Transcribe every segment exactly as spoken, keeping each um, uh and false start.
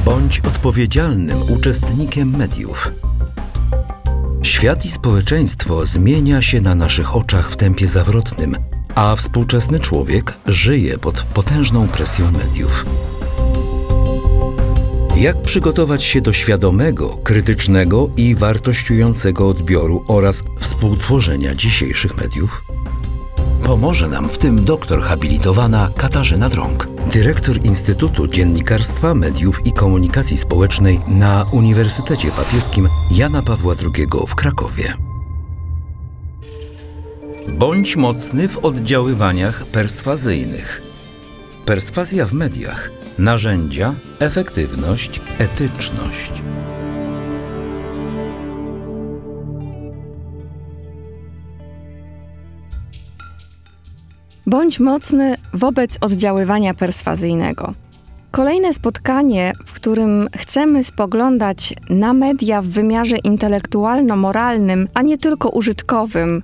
Bądź odpowiedzialnym uczestnikiem mediów. Świat i społeczeństwo zmienia się na naszych oczach w tempie zawrotnym, a współczesny człowiek żyje pod potężną presją mediów. Jak przygotować się do świadomego, krytycznego i wartościującego odbioru oraz współtworzenia dzisiejszych mediów? Pomoże nam w tym doktor habilitowana Katarzyna Drąg, dyrektor Instytutu Dziennikarstwa, Mediów i Komunikacji Społecznej na Uniwersytecie Papieskim Jana Pawła drugiego w Krakowie. Bądź mocny w oddziaływaniach perswazyjnych. Perswazja w mediach. Narzędzia, efektywność, etyczność. Bądź mocny wobec oddziaływania perswazyjnego. Kolejne spotkanie, w którym chcemy spoglądać na media w wymiarze intelektualno-moralnym, a nie tylko użytkowym,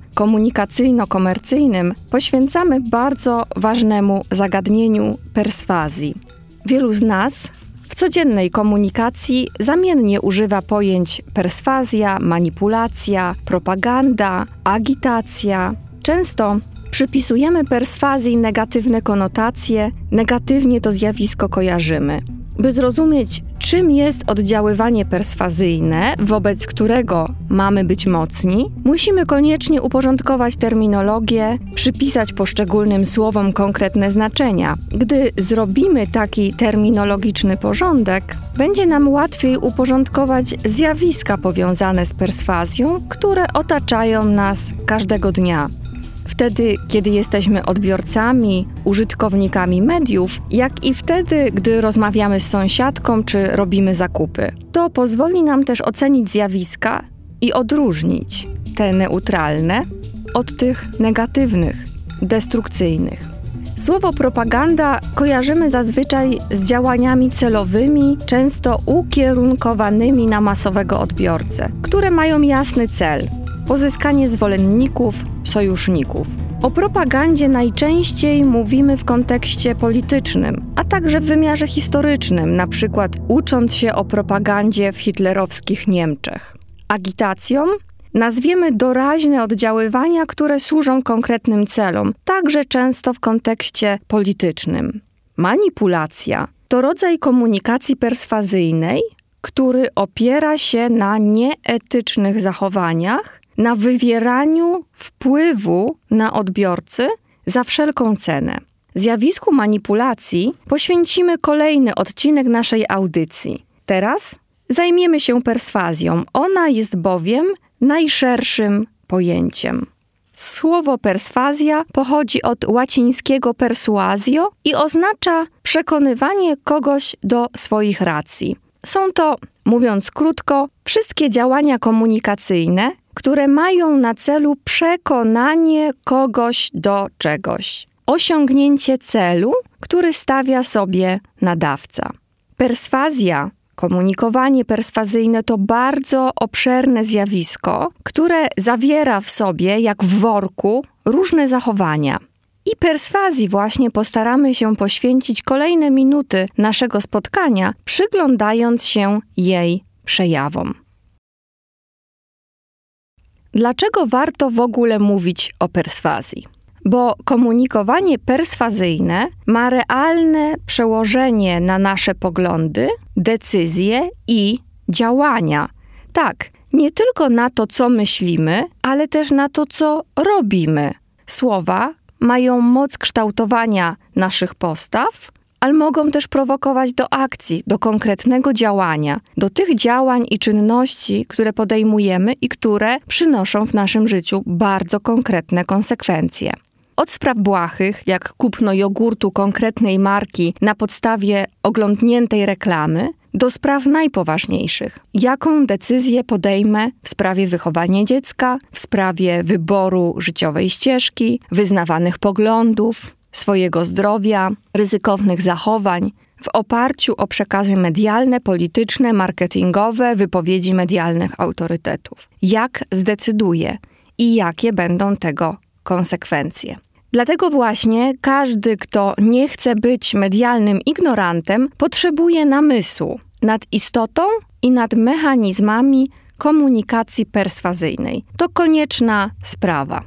komunikacyjno-komercyjnym, poświęcamy bardzo ważnemu zagadnieniu perswazji. Wielu z nas w codziennej komunikacji zamiennie używa pojęć perswazja, manipulacja, propaganda, agitacja. Często przypisujemy perswazji negatywne konotacje, negatywnie to zjawisko kojarzymy. By zrozumieć, czym jest oddziaływanie perswazyjne, wobec którego mamy być mocni, musimy koniecznie uporządkować terminologię, przypisać poszczególnym słowom konkretne znaczenia. Gdy zrobimy taki terminologiczny porządek, będzie nam łatwiej uporządkować zjawiska powiązane z perswazją, które otaczają nas każdego dnia. Wtedy, kiedy jesteśmy odbiorcami, użytkownikami mediów, jak i wtedy, gdy rozmawiamy z sąsiadką czy robimy zakupy. To pozwoli nam też ocenić zjawiska i odróżnić te neutralne od tych negatywnych, destrukcyjnych. Słowo propaganda kojarzymy zazwyczaj z działaniami celowymi, często ukierunkowanymi na masowego odbiorcę, które mają jasny cel – pozyskanie zwolenników, sojuszników. O propagandzie najczęściej mówimy w kontekście politycznym, a także w wymiarze historycznym, na przykład ucząc się o propagandzie w hitlerowskich Niemczech. Agitacją nazwiemy doraźne oddziaływania, które służą konkretnym celom, także często w kontekście politycznym. Manipulacja to rodzaj komunikacji perswazyjnej, który opiera się na nieetycznych zachowaniach, na wywieraniu wpływu na odbiorcy za wszelką cenę. Zjawisku manipulacji poświęcimy kolejny odcinek naszej audycji. Teraz zajmiemy się perswazją. Ona jest bowiem najszerszym pojęciem. Słowo perswazja pochodzi od łacińskiego persuasio i oznacza przekonywanie kogoś do swoich racji. Są to, mówiąc krótko, wszystkie działania komunikacyjne, które mają na celu przekonanie kogoś do czegoś. Osiągnięcie celu, który stawia sobie nadawca. Perswazja, komunikowanie perswazyjne to bardzo obszerne zjawisko, które zawiera w sobie, jak w worku, różne zachowania. I perswazji właśnie postaramy się poświęcić kolejne minuty naszego spotkania, przyglądając się jej przejawom. Dlaczego warto w ogóle mówić o perswazji? Bo komunikowanie perswazyjne ma realne przełożenie na nasze poglądy, decyzje i działania. Tak, nie tylko na to, co myślimy, ale też na to, co robimy. Słowa mają moc kształtowania naszych postaw, ale mogą też prowokować do akcji, do konkretnego działania, do tych działań i czynności, które podejmujemy i które przynoszą w naszym życiu bardzo konkretne konsekwencje. Od spraw błahych, jak kupno jogurtu konkretnej marki na podstawie oglądniętej reklamy, do spraw najpoważniejszych. Jaką decyzję podejmę w sprawie wychowania dziecka, w sprawie wyboru życiowej ścieżki, wyznawanych poglądów, swojego zdrowia, ryzykownych zachowań, w oparciu o przekazy medialne, polityczne, marketingowe, wypowiedzi medialnych autorytetów. Jak zdecyduję i jakie będą tego konsekwencje. Dlatego właśnie każdy, kto nie chce być medialnym ignorantem, potrzebuje namysłu. nad istotą i nad mechanizmami komunikacji perswazyjnej. To konieczna sprawa.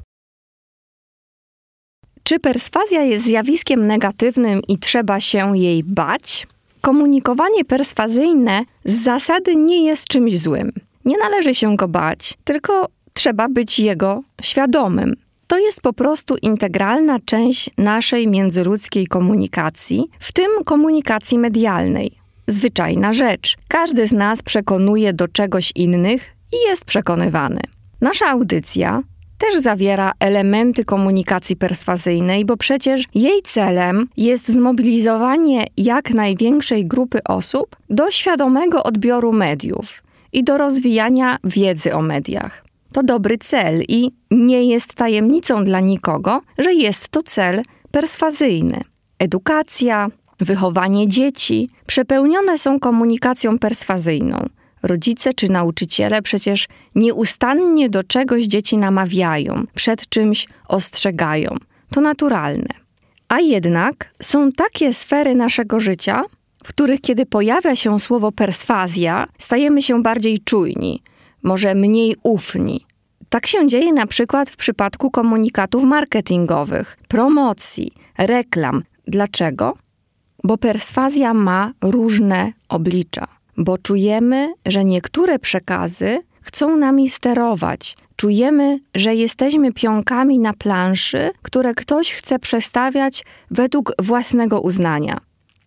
Czy perswazja jest zjawiskiem negatywnym i trzeba się jej bać? Komunikowanie perswazyjne z zasady nie jest czymś złym. Nie należy się go bać, tylko trzeba być jego świadomym. To jest po prostu integralna część naszej międzyludzkiej komunikacji, w tym komunikacji medialnej. Zwyczajna rzecz. Każdy z nas przekonuje do czegoś innych i jest przekonywany. Nasza audycja też zawiera elementy komunikacji perswazyjnej, bo przecież jej celem jest zmobilizowanie jak największej grupy osób do świadomego odbioru mediów i do rozwijania wiedzy o mediach. To dobry cel i nie jest tajemnicą dla nikogo, że jest to cel perswazyjny. Edukacja, wychowanie dzieci przepełnione są komunikacją perswazyjną. Rodzice czy nauczyciele przecież nieustannie do czegoś dzieci namawiają, przed czymś ostrzegają. To naturalne. A jednak są takie sfery naszego życia, w których kiedy pojawia się słowo perswazja, stajemy się bardziej czujni, może mniej ufni. Tak się dzieje na przykład w przypadku komunikatów marketingowych, promocji, reklam. Dlaczego? Bo perswazja ma różne oblicza. Bo czujemy, że niektóre przekazy chcą nami sterować. Czujemy, że jesteśmy pionkami na planszy, które ktoś chce przestawiać według własnego uznania.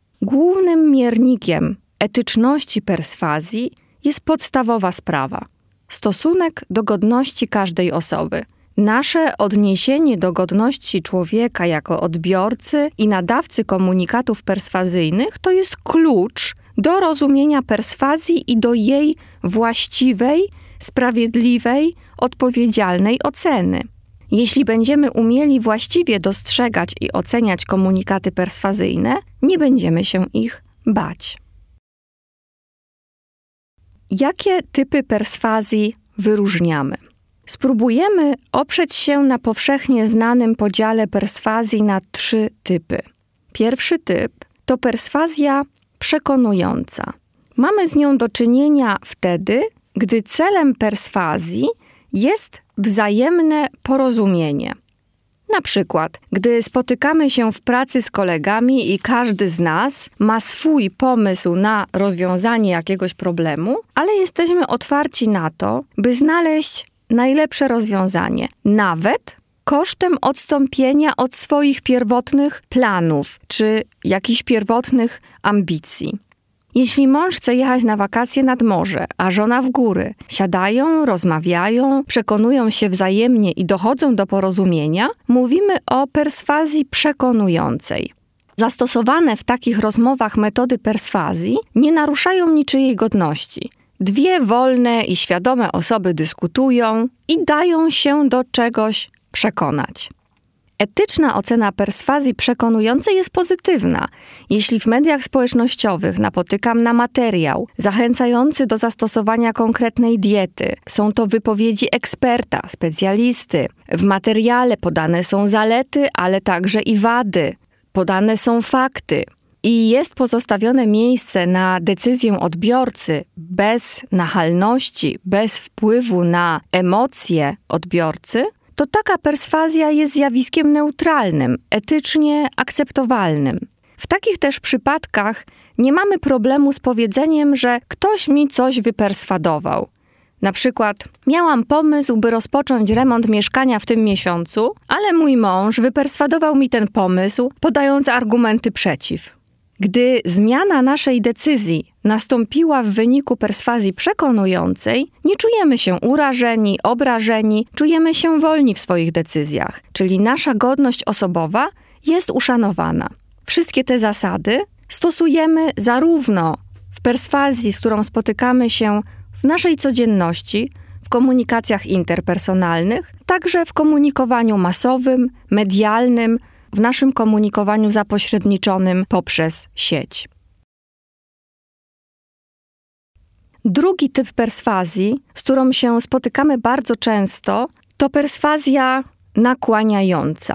Głównym miernikiem etyczności perswazji jest podstawowa sprawa. Stosunek do godności każdej osoby. Nasze odniesienie do godności człowieka jako odbiorcy i nadawcy komunikatów perswazyjnych to jest klucz do rozumienia perswazji i do jej właściwej, sprawiedliwej, odpowiedzialnej oceny. Jeśli będziemy umieli właściwie dostrzegać i oceniać komunikaty perswazyjne, nie będziemy się ich bać. Jakie typy perswazji wyróżniamy? Spróbujemy oprzeć się na powszechnie znanym podziale perswazji na trzy typy. Pierwszy typ to perswazja przekonująca. Mamy z nią do czynienia wtedy, gdy celem perswazji jest wzajemne porozumienie. Na przykład, gdy spotykamy się w pracy z kolegami i każdy z nas ma swój pomysł na rozwiązanie jakiegoś problemu, ale jesteśmy otwarci na to, by znaleźć najlepsze rozwiązanie, nawet kosztem odstąpienia od swoich pierwotnych planów czy jakichś pierwotnych ambicji. Jeśli mąż chce jechać na wakacje nad morze, a żona w góry, siadają, rozmawiają, przekonują się wzajemnie i dochodzą do porozumienia, mówimy o perswazji przekonującej. Zastosowane w takich rozmowach metody perswazji nie naruszają niczyjej godności. Dwie wolne i świadome osoby dyskutują i dają się do czegoś przekonać. Etyczna ocena perswazji przekonującej jest pozytywna. Jeśli w mediach społecznościowych napotykam na materiał zachęcający do zastosowania konkretnej diety, są to wypowiedzi eksperta, specjalisty. W materiale podane są zalety, ale także i wady. Podane są fakty. I jest pozostawione miejsce na decyzję odbiorcy bez nachalności, bez wpływu na emocje odbiorcy, to taka perswazja jest zjawiskiem neutralnym, etycznie akceptowalnym. W takich też przypadkach nie mamy problemu z powiedzeniem, że ktoś mi coś wyperswadował. Na przykład, miałam pomysł, by rozpocząć remont mieszkania w tym miesiącu, ale mój mąż wyperswadował mi ten pomysł, podając argumenty przeciw. Gdy zmiana naszej decyzji nastąpiła w wyniku perswazji przekonującej, nie czujemy się urażeni, obrażeni, czujemy się wolni w swoich decyzjach, czyli nasza godność osobowa jest uszanowana. Wszystkie te zasady stosujemy zarówno w perswazji, z którą spotykamy się w naszej codzienności, w komunikacjach interpersonalnych, także w komunikowaniu masowym, medialnym, w naszym komunikowaniu zapośredniczonym poprzez sieć. Drugi typ perswazji, z którą się spotykamy bardzo często, to perswazja nakłaniająca.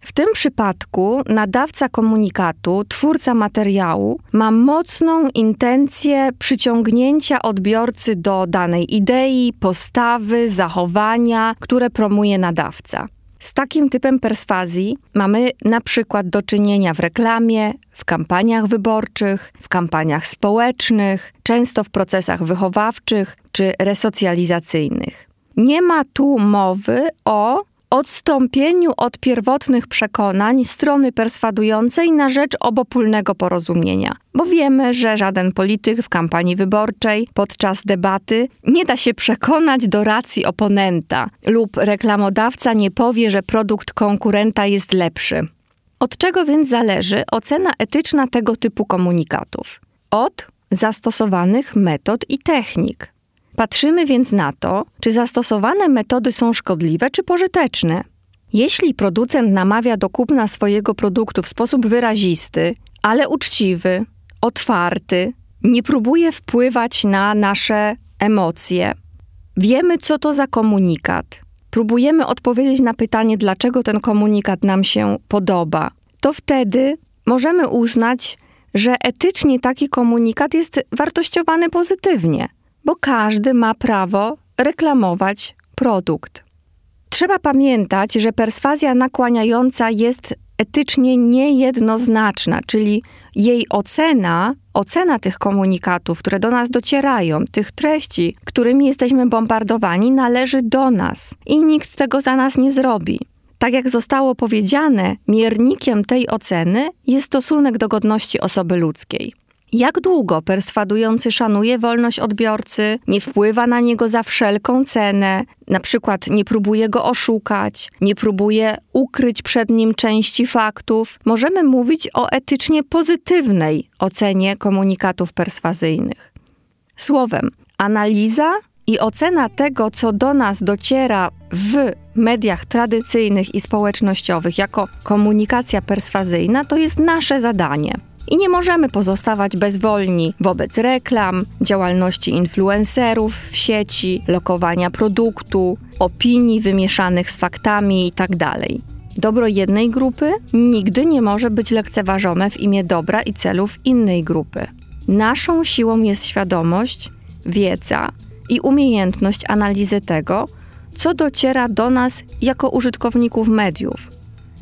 W tym przypadku nadawca komunikatu, twórca materiału ma mocną intencję przyciągnięcia odbiorcy do danej idei, postawy, zachowania, które promuje nadawca. Z takim typem perswazji mamy na przykład do czynienia w reklamie, w kampaniach wyborczych, w kampaniach społecznych, często w procesach wychowawczych czy resocjalizacyjnych. Nie ma tu mowy o odstąpieniu od pierwotnych przekonań strony perswadującej na rzecz obopólnego porozumienia. Bo wiemy, że żaden polityk w kampanii wyborczej podczas debaty nie da się przekonać do racji oponenta lub reklamodawca nie powie, że produkt konkurenta jest lepszy. Od czego więc zależy ocena etyczna tego typu komunikatów? Od zastosowanych metod i technik. Patrzymy więc na to, czy zastosowane metody są szkodliwe czy pożyteczne. Jeśli producent namawia do kupna swojego produktu w sposób wyrazisty, ale uczciwy, otwarty, nie próbuje wpływać na nasze emocje, wiemy, co to za komunikat, próbujemy odpowiedzieć na pytanie, dlaczego ten komunikat nam się podoba, to wtedy możemy uznać, że etycznie taki komunikat jest wartościowany pozytywnie, bo każdy ma prawo reklamować produkt. Trzeba pamiętać, że perswazja nakłaniająca jest etycznie niejednoznaczna, czyli jej ocena, ocena tych komunikatów, które do nas docierają, tych treści, którymi jesteśmy bombardowani, należy do nas i nikt tego za nas nie zrobi. Tak jak zostało powiedziane, miernikiem tej oceny jest stosunek do godności osoby ludzkiej. Jak długo perswadujący szanuje wolność odbiorcy, nie wpływa na niego za wszelką cenę, na przykład nie próbuje go oszukać, nie próbuje ukryć przed nim części faktów, możemy mówić o etycznie pozytywnej ocenie komunikatów perswazyjnych. Słowem, analiza i ocena tego, co do nas dociera w mediach tradycyjnych i społecznościowych jako komunikacja perswazyjna, to jest nasze zadanie. I nie możemy pozostawać bezwolni wobec reklam, działalności influencerów w sieci, lokowania produktu, opinii wymieszanych z faktami itd. Dobro jednej grupy nigdy nie może być lekceważone w imię dobra i celów innej grupy. Naszą siłą jest świadomość, wiedza i umiejętność analizy tego, co dociera do nas jako użytkowników mediów.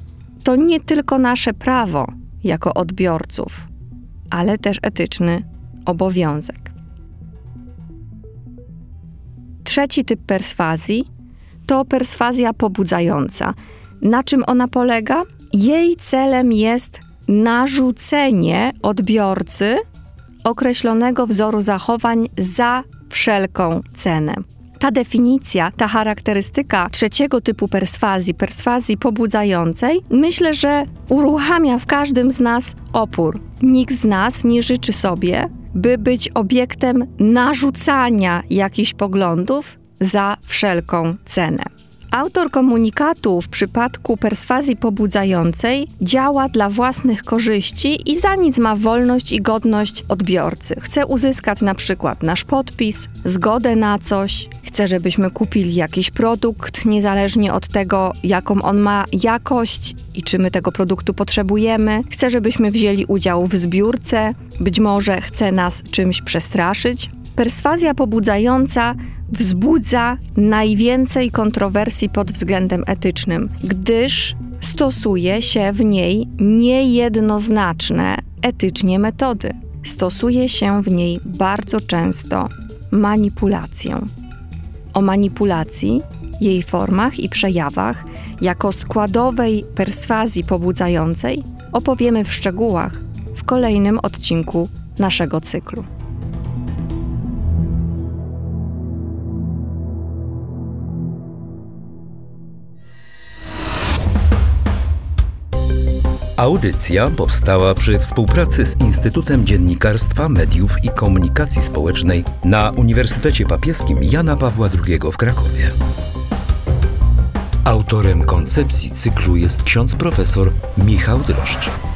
To nie tylko nasze prawo jako odbiorców, ale też etyczny obowiązek. Trzeci typ perswazji to perswazja pobudzająca. Na czym ona polega? Jej celem jest narzucenie odbiorcy określonego wzoru zachowań za wszelką cenę. Ta definicja, ta charakterystyka trzeciego typu perswazji, perswazji pobudzającej, myślę, że uruchamia w każdym z nas opór. Nikt z nas nie życzy sobie, by być obiektem narzucania jakichś poglądów za wszelką cenę. Autor komunikatu w przypadku perswazji pobudzającej działa dla własnych korzyści i za nic ma wolność i godność odbiorcy. Chce uzyskać na przykład nasz podpis, zgodę na coś, chce, żebyśmy kupili jakiś produkt, niezależnie od tego, jaką on ma jakość i czy my tego produktu potrzebujemy. Chce, żebyśmy wzięli udział w zbiórce, być może chce nas czymś przestraszyć. Perswazja pobudzająca wzbudza najwięcej kontrowersji pod względem etycznym, gdyż stosuje się w niej niejednoznaczne etycznie metody. Stosuje się w niej bardzo często manipulację. O manipulacji, jej formach i przejawach jako składowej perswazji pobudzającej opowiemy w szczegółach w kolejnym odcinku naszego cyklu. Audycja powstała przy współpracy z Instytutem Dziennikarstwa, Mediów i Komunikacji Społecznej na Uniwersytecie Papieskim Jana Pawła drugiego w Krakowie. Autorem koncepcji cyklu jest ksiądz profesor Michał Droszcz.